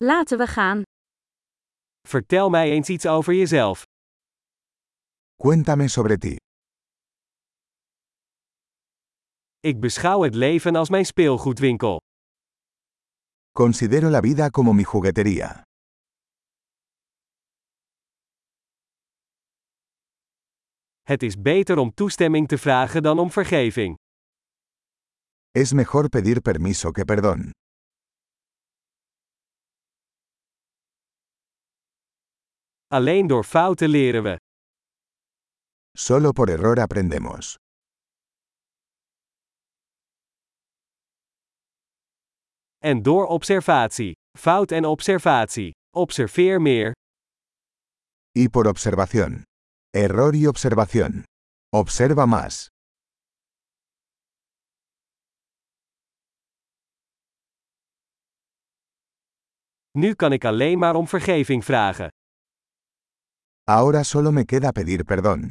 Laten we gaan. Vertel mij eens iets over jezelf. Cuéntame sobre ti. Ik beschouw het leven als mijn speelgoedwinkel. Considero la vida como mi juguetería. Het is beter om toestemming te vragen dan om vergeving. Es mejor pedir permiso que perdón. Alleen door fouten leren we. Solo por error aprendemos. En door observatie. Fout en observatie. Observeer meer. Y por observación. Error y observación. Observa más. Nu kan ik alleen maar om vergeving vragen. Ahora solo me queda pedir perdón.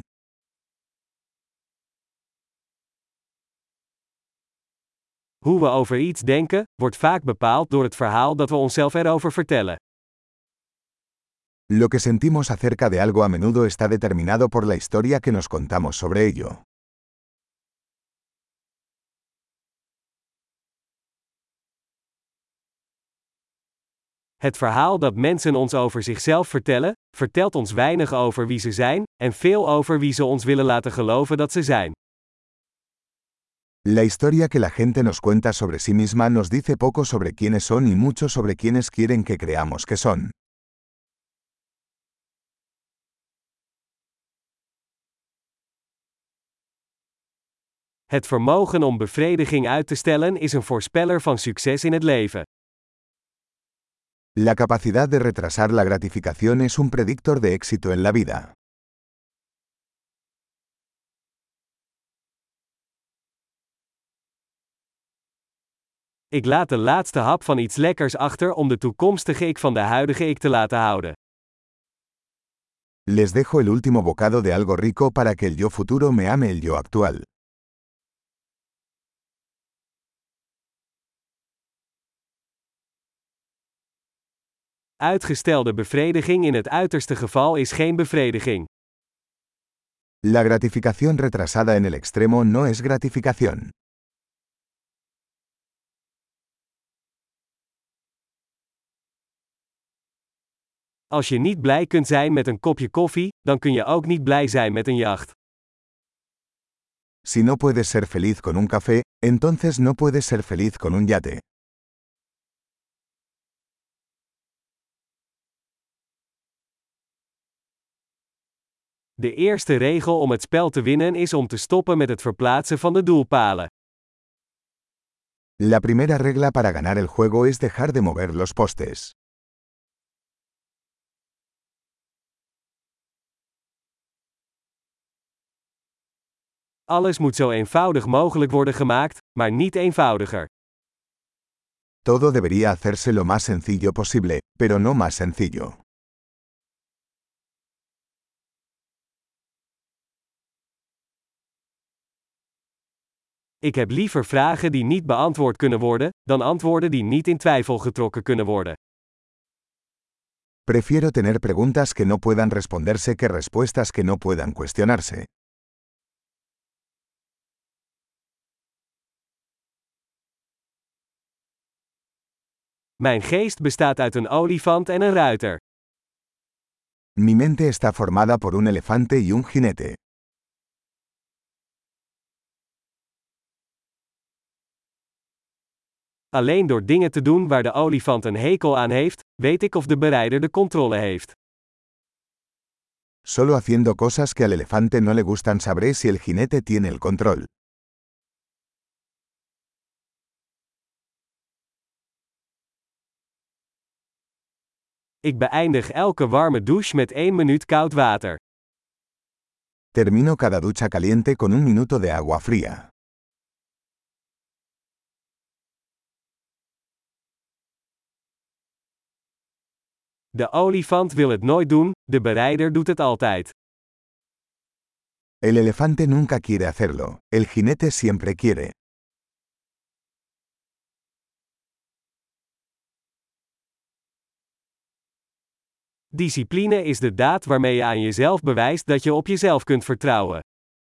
Hoe we over iets denken, wordt vaak bepaald door het verhaal dat we onszelf erover vertellen. Lo que sentimos acerca de algo a menudo está determinado por la historia que nos contamos sobre ello. Het verhaal dat mensen ons over zichzelf vertellen, vertelt ons weinig over wie ze zijn, en veel over wie ze ons willen laten geloven dat ze zijn. La historia que la gente nos cuenta sobre sí misma nos dice poco sobre quiénes son y mucho sobre quiénes quieren que creamos que son. Het vermogen om bevrediging uit te stellen is een voorspeller van succes in het leven. La capacidad de retrasar la gratificación es un predictor de éxito en la vida. Ik laat de laatste hap van iets lekkers achter om de toekomstige ik van de huidige ik te laten houden. Les dejo el último bocado de algo rico para que el yo futuro me ame el yo actual. Uitgestelde bevrediging in het uiterste geval is geen bevrediging. La gratificación retrasada en el extremo no es gratificación. Als je niet blij kunt zijn met een kopje koffie, dan kun je ook niet blij zijn met een jacht. Si no puedes ser feliz con un café, entonces no puedes ser feliz con un yate. De eerste regel om het spel te winnen is om te stoppen met het verplaatsen van de doelpalen. La primera regla para ganar el juego es dejar de mover los postes. Alles moet zo eenvoudig mogelijk worden gemaakt, maar niet eenvoudiger. Todo debería hacerse lo más sencillo posible, pero no más sencillo. Ik heb liever vragen die niet beantwoord kunnen worden, dan antwoorden die niet in twijfel getrokken kunnen worden. Prefiero tener preguntas que no puedan responderse que respuestas que no puedan cuestionarse. Mijn geest bestaat uit een olifant en een ruiter. Mi mente está formada por un elefante y un jinete. Alleen door dingen te doen waar de olifant een hekel aan heeft, weet ik of de berijder de controle heeft. Solo haciendo cosas que al elefante no le gustan sabré si el jinete tiene el control. Ik beëindig elke warme douche met 1 minuut koud water. Termino cada ducha caliente con un minuto de agua fría. De olifant wil het nooit doen, de berijder doet het altijd. El elefante nunca quiere hacerlo, el jinete siempre quiere. Discipline is de daad waarmee je aan jezelf bewijst dat je op jezelf kunt vertrouwen.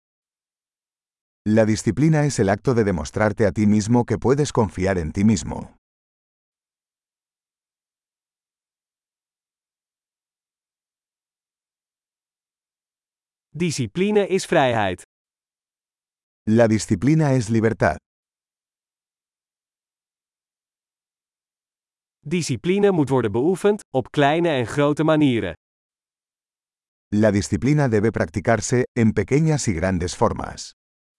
La disciplina es el acto de demostrarte a ti mismo que puedes confiar en ti mismo. Discipline is vrijheid. La disciplina es libertad. Discipline moet worden beoefend, op kleine en grote manieren. La disciplina debe practicarse, en pequeñas y grandes formas.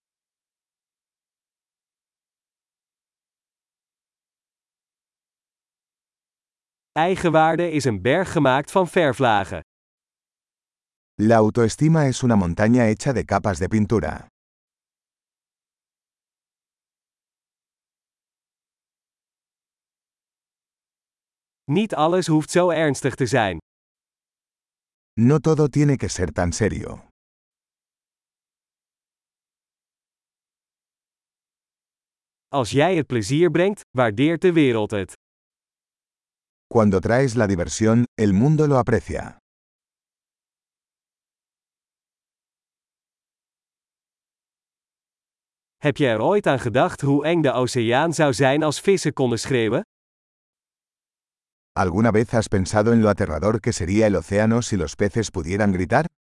Eigenwaarde is een berg gemaakt van verflagen. La autoestima es una montaña hecha de capas de pintura. Niet alles hoeft zo ernstig te zijn. No todo tiene que ser tan serio. Als jij het plezier brengt, waardeert de wereld het. Cuando traes la diversión, el mundo lo aprecia. Heb je er ooit aan gedacht hoe eng de oceaan zou zijn als vissen konden schreeuwen? ¿Alguna vez has pensado en lo aterrador que sería el océano si los peces pudieran gritar?